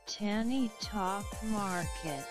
Tanny Talk Market.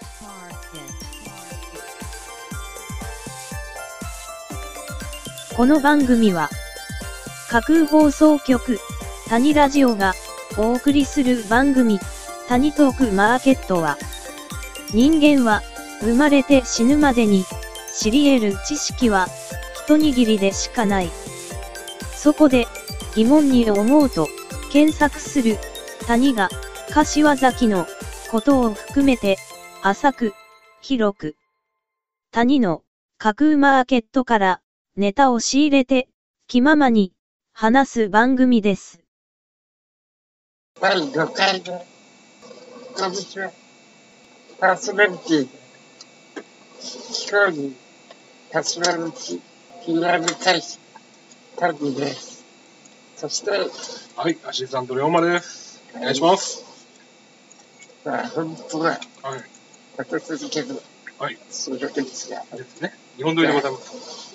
この番組は架空放送局タニラジオがお送りする番組タニトークマーケットは、人間は生まれて死ぬまでに知り得る知識は一握りでしかない。そこで疑問に思うと検索するタニが柏崎のことを含めて浅く広くタニの架空マーケットからネタを仕入れて気ままに話す番組です。 第5回で、こんにちは。パーソナリティ、飛行機、柏口 PR 大使、タニです。そして、 はい、アシスタント龍馬です。お願いします。 まあ、本当は、 はい。 立て続けのはい。 収録ですが、 ですね。日本撮りでございます。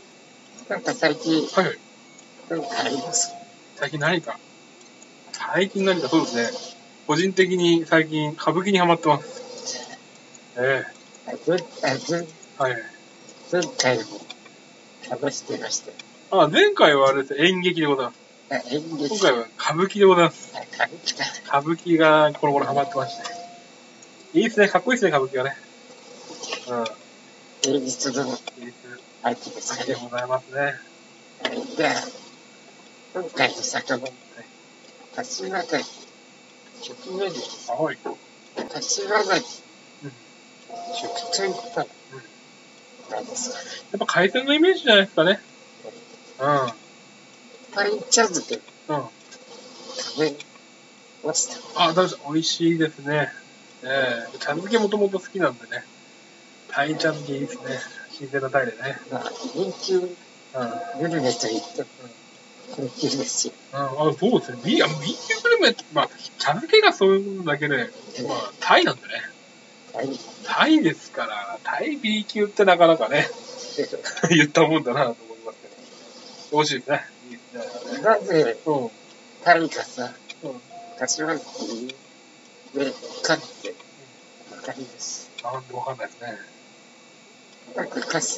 なんか最近、 はいはい。 何かあります？ 最近何かそうですね。個人的に最近歌舞伎にハマってます。はい。 前回も話してました。 前回はあれです。演劇でございます。 演劇。 今回は歌舞伎でございます。 歌舞伎か。 歌舞伎がこの頃ハマってまして。いいですね。かっこいいですね、歌舞伎はね。 芸術の秋ですかね。 でございますね。 じゃあ、今回の作文、柏崎、食メニュー。 はい。 柏崎、食といったら、何ですかね。 やっぱ海鮮のイメージじゃないですかね。 パイン茶漬け、食べました。 美味しいですね。茶漬けもともと好きなんでね。タイ茶漬けいいですね。新鮮なタイでね。 まあ、人気グルメといっても、人気ですよ。 そうですね。B 級グルメって、茶漬けがそういうだけで、タイなんでね。タイですから、タイ B 級ってなかなかね、言ったもんだなと思いますけど。美味しいですね。いいですね。 なぜ、タイがさ、柏崎でかってわかります。 なんでわかんないですね。 なんか柏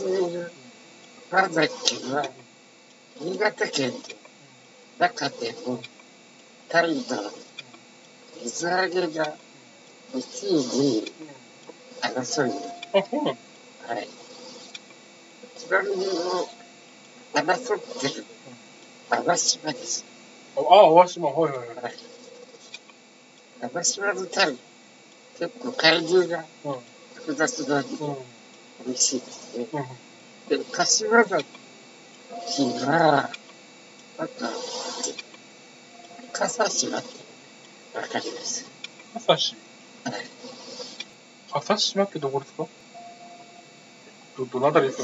崎は、新潟県で中でもタイの水揚げが1位に争い。 そうなんです。 はい。ちなみに争ってる淡島です。 淡島、はい。 淡島のタイ、結構海流が複雑なんで美味しいですね。で、柏崎は、なんか、笠島ってわかります。 笠島。笠島ってどこですか？どのあたりですか？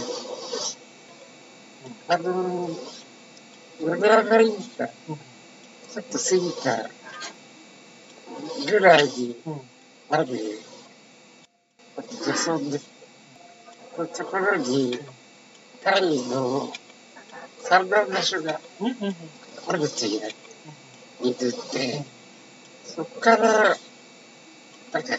裏がいいか、ちょっと過ぎたぐらいにある、漁村です。このところに、タイの産卵場所があるという水で、そこから、なんか、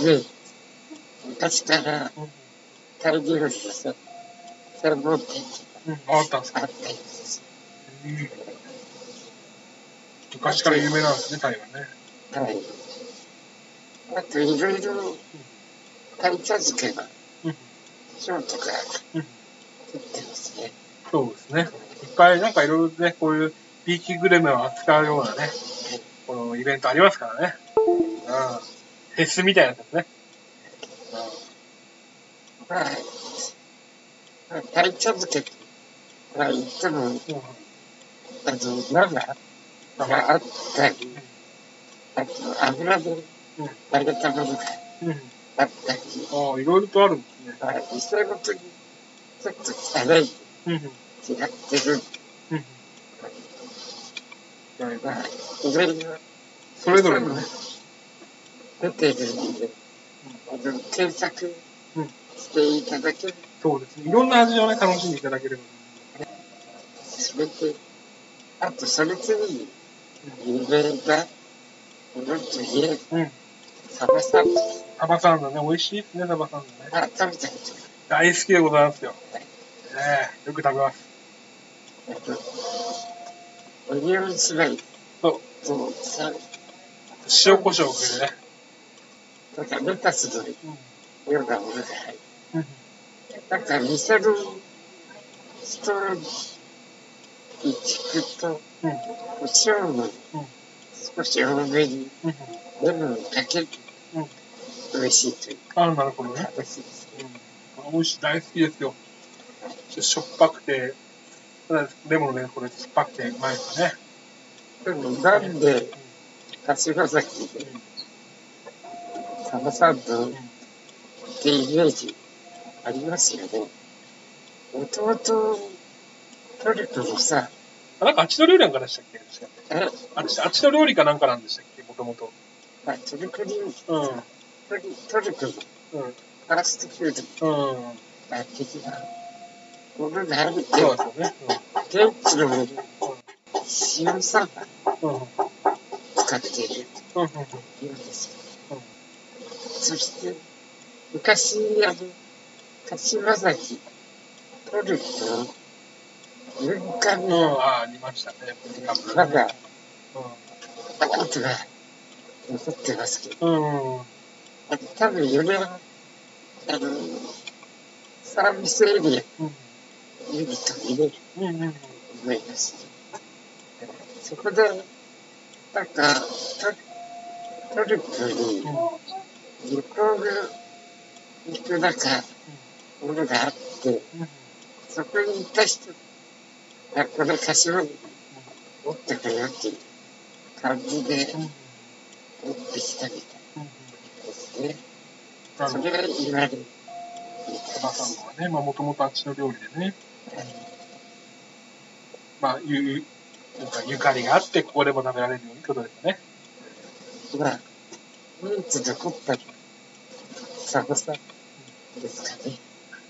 昔からタイ料理のさ、専門店あったんですか？ あったりです。 昔から有名なんですね、タイはね。 はい。あと、いろいろ、タイ茶漬けが、賞とか、取ってますね。 そうですね。いっぱいなんかいろいろね、こういう B 級グルメを扱うようなね、このイベントありますからね。フェスみたいなやつですね。 タイ茶漬けは言っても、生があったり、あと油で揚げたものがあったり、 いろいろとあるんですね。 店ごとにちょっと違ってる。いろいろ、 それぞれのね、 出てるんで、検索していただける。 そうですね。いろんな味をね、楽しんでいただければ。 それで、あとそれ次に、有名なものといえば、 サバサンド。 サバサンドね、美味しいですね、サバサンドね。 あ、食べたこと大好きでございますよ。 はいよく食べます。 オニオンスライそう。 とさ、 塩コショウをかけてね。 なんかレタスのようなものが入る。 うんなんか店の人に聞くと、 うんお塩もうん少し多めにうんレモンをかけるうんと美味しいというああ、なるほどね。 美味しいですね。 美味しい、大好きですよ。しょっぱくて、レモンのね、これ酸っぱくてうまいですね。 でもなんで柏崎でサバサンドってイメージありますよね。もともとトルコのさ、 なんかあっちの料理なんかでしたっけああっちの料理かなんかなんでしたっけもともと。 トルコ料理、 うん。 トルコのうん。 ファーストフードうん。 的なものがあるって、 そうですよね。 現地のもの、塩サバうん。うん。 使っているうん。 というんですよ。 うんそして昔柏崎トルコ文化うん。 のありましたね。 まだう跡が残ってますけど、 ん。うん。 多分4年サービスエリアうん。 ユニットに入れるうん。うん。 と思います。そこでなんかトルコに旅行が行く中ものがあって、そこに行った人がこの柏に持ってくよっていう感じで持ってきたみたいですね。それが言われる。 サバサンドはね、まあもともとあっちの料理でね、まあゆかりがあって、ここでも食べられるようにってことですよね。 まあ、唯一残ったサバサンドですかね。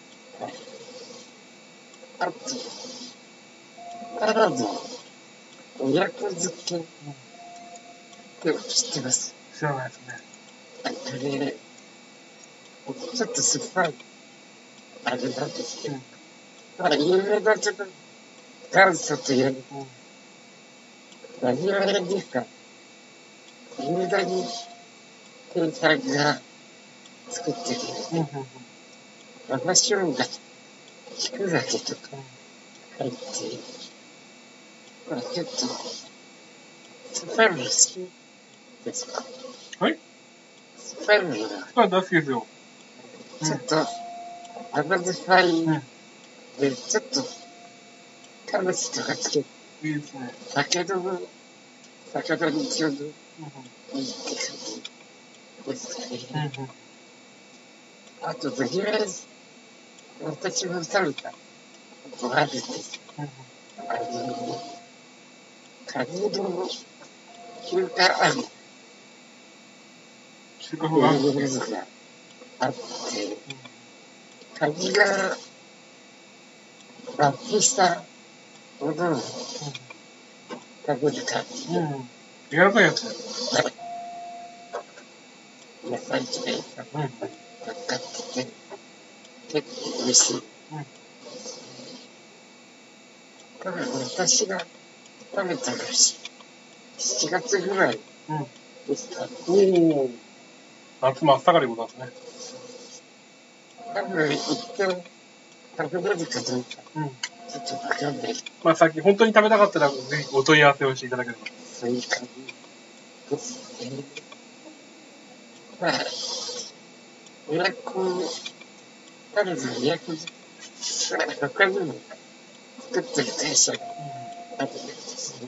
あと、タラの親子漬けって知ってます？ 知らないですね。 これ、ちょっと酸っぱいあれなんですけど、まあ、有名なちょっと元祖という、何をやるんですか？有名に店さんが作ってくれる、生生姜、菊酒とか入って、まあ、ちょっと、酸っぱいの好きですか？ はい酸っぱいのが、 大好きですよ。 ちょっと、甘酸っぱいで、ちょっと、キャベツとかつけて、 いいですね。 酒飲みちょうどいいって感じですかね。あと、とりあえず、私も食べたことあるんです。カニの中華あんっていうのがあって、カニがラップしたものを食べる感じで、 柔らかいやつ。 野菜とか乗っかってて、結構美味しい。多分私が食べたのは7月ぐらいですか。 夏真っ盛りでございますね。 多分行って食べれるかどうか、ちょっとわかんない。 まあさっき本当に食べたかったら、ぜひお問い合わせをしていただければ。 そういう感じですね。まあ、親子、多分親子、他にも作ってる会社があるんですね。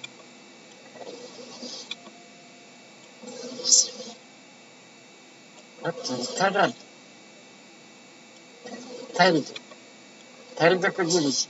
あと、ただ、タイ族印、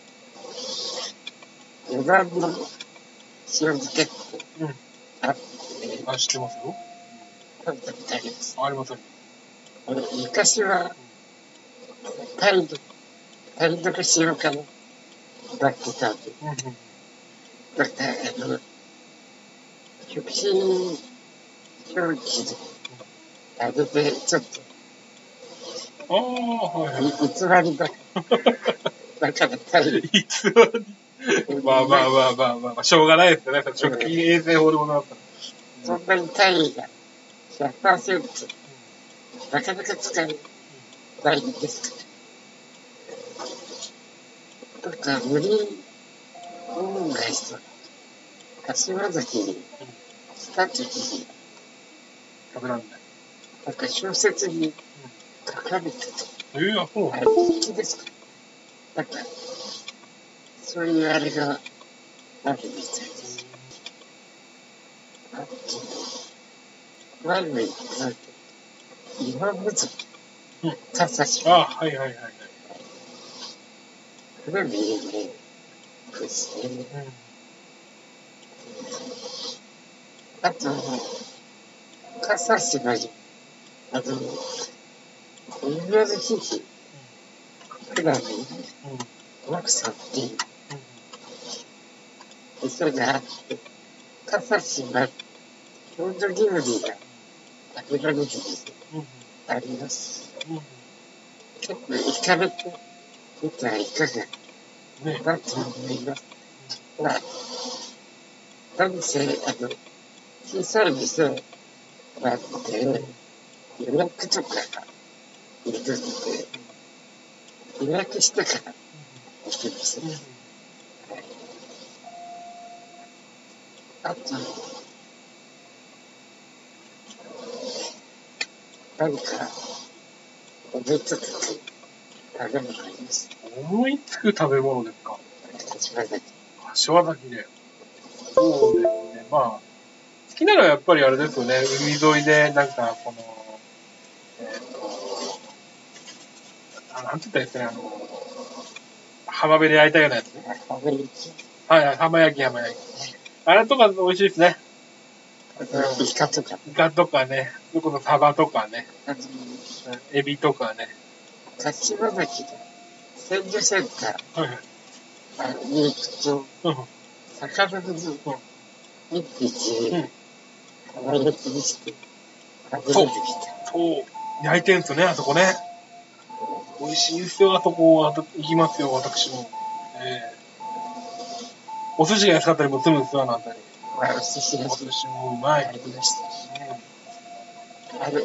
余談の塩漬けってあって、 あ、知ってますよ。 食べたことあります。 ありません。 昔は、タイ族塩辛だってたんで、だから、食品表記であげて、ちょっと、 はいはい。 偽りだ。だからタイ。 偽り。まあ、しょうがないですよね。食品衛生法でもなったら。 そんなにタイが 100%、なかなか使えないんですから。とか、無理恩返しとか、柏崎に来た時に、 食べらんない。 なんか小説に書かれてて、 そう。 あれ人気ですか？なんか、そういうあれがあるみたいです。あと、悪いなんて、岩水笠島。 はいはいはい。 これも有名ですね。あと、笠島に、岩津ひ普段の奥さんっていう、それがあって、笠島、郷土料理が食べられるんですよ。あります。結構行かれてみたらいかがだと思います。まあ、なんせ、小さい店があって、予約とかがいるので、予約してから行くんですね。あと、何か思いつく食べ物あります？ 思いつく食べ物ですか？柏崎で。そうですね。まあ、好きなのはやっぱりあれですよね。海沿いで、なんか、この、なんて言ったらいいですかね、浜辺で焼いたようなやつ。はいはい、浜焼き。あれとか美味しいですね。 イカとか。 イカとかね、どこのサバとかね、エビとかね。 柏崎で、鮮魚センターに行くと、魚の一匹、浜焼きにして食べれるみたいな。 そう、焼いてんすよね、あそこね。美味しいですよ、あそこ。行きますよ、私も。お寿司が安かったりもするんですよ、あのあたり。 お寿司もうまい。 ありました。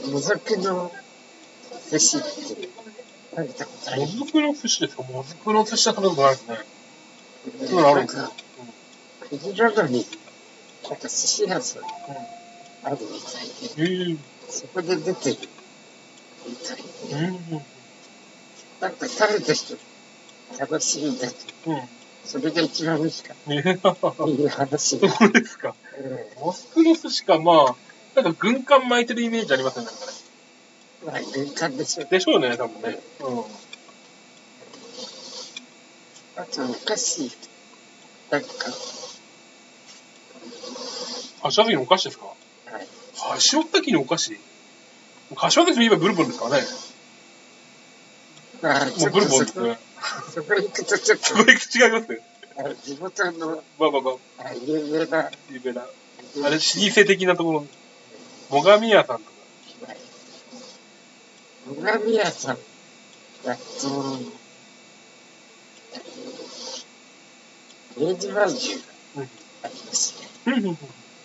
もずくの寿司って食べたことある？ もずくの寿司ですか？もずくの寿司は食べたことないですね。そういうのあるんですか？ クジラのに、なんか寿司屋さんあるみたいで、そこで出てるみたいで、なんか食べた人楽しいんだけど、それが一番美味しかった。いう話が。 そうですか。もずくの寿司か、まあ、なんか軍艦巻いてるイメージありますね、なんかね。 まあ、軍艦でしょう。 でしょうね、多分ね。 あと、お菓子、なんか。 柏崎のお菓子ですか？はい。柏崎のお菓子？柏崎といえばブルボンですからね。 まあ、 もうブルボンですね。 そこ行くとちょっと。 そこ行くと違いますね。 地元の、 有名な。あれ、老舗的なところ。最上屋さんとか。 最上屋さんだと、明治まんじゅうがありますね。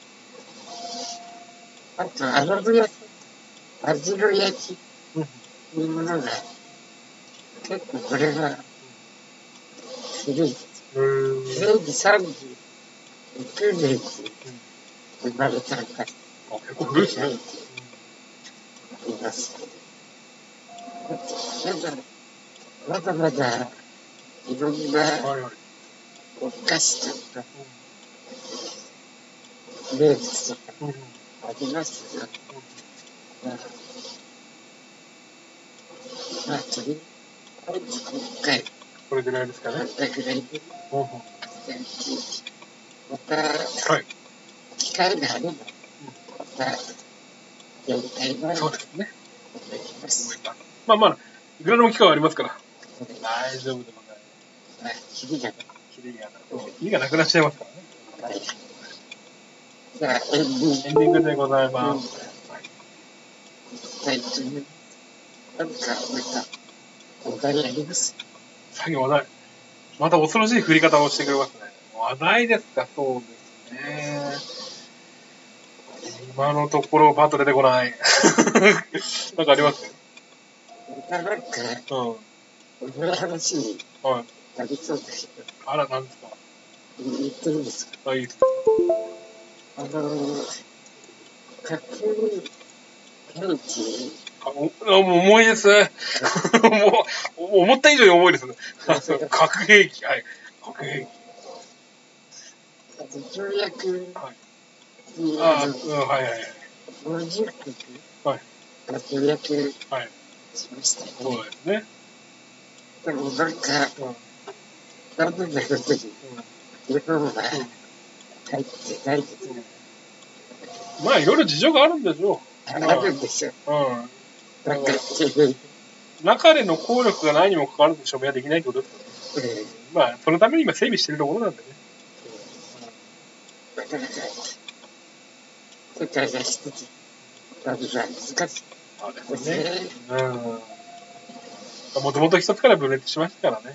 あと、穴子屋さん、味の焼きというものが、結構これが古い。明治36年に生まれたのか。 結構古いですね。 います。まだまだいろんなお菓子とか、名物とかありますが、まあ、とりあえず今回、 これぐらいですかね。 これぐらいで、また、機会があれば、また、やりたいなと思います。 まあまあ、いくらでも機会はありますから。大丈夫でございます。 キリがなくなっちゃいますからね。 じゃあ、エンディングでございます。 最近、なんか、話題あります？ 最近話題。また恐ろしい振り方をしてくれますね。話題ですか、そうですね。今のところパッと出てこない。なんかあります？ なんか、俺の話にはい。 なりそうですけど。 あら、なんですか？ 言ってるんですか？ あ、いいです。 架空天気。 もう重いですね。もう、思った以上に重いですね。核兵器、はい。核兵器。 条約。 はい。 はいはいはいはい。 50国。 はい。 条約。 はい。 しましたね。 そうですね。 でもなんか、なんでだろうという。日本は入ってないです。 まあ、いろいろ事情があるんでしょう。 あるんですよ。なんか、 中での効力がないにもかかわらず署名はできないってことですよね。まあ、そのために今整備してるところなんでね。 なかなか、世界が一つ、まずは難しい。 そうですね。もともと一つから分裂しましたからね。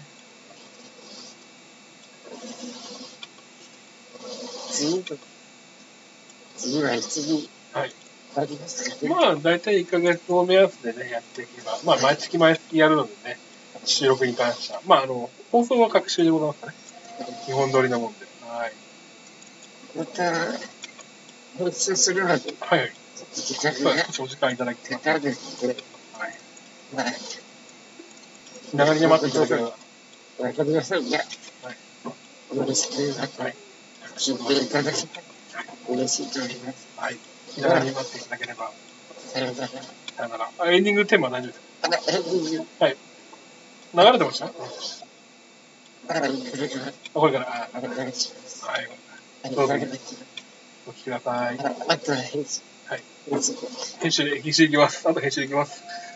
次は一時、 はい。 ありますかね。 まあ、だいたい1ヶ月を目安でね、やっていけば、まあ、毎月やるのでね、収録に関しては。まあ、放送は各週でございますかね。基本通りなもんで。はい。 また、編集するまで、 はいはい。 時間がお時間いただきかかるので、はい。まあ、 気長に待っていただければ。 わかりませんが、 はい。 よろしくまた、聞いていただけたら嬉しいと思います。 はい。気長に待っていただければ。 さよなら。 さよなら。エンディングテーマは大丈夫ですか？ エンディング。 はい。流れてました？これから。 お願いします。 はい。 どうぞ。 お聞きください。 あとは編集。 はい。編集できます。あと編集できます。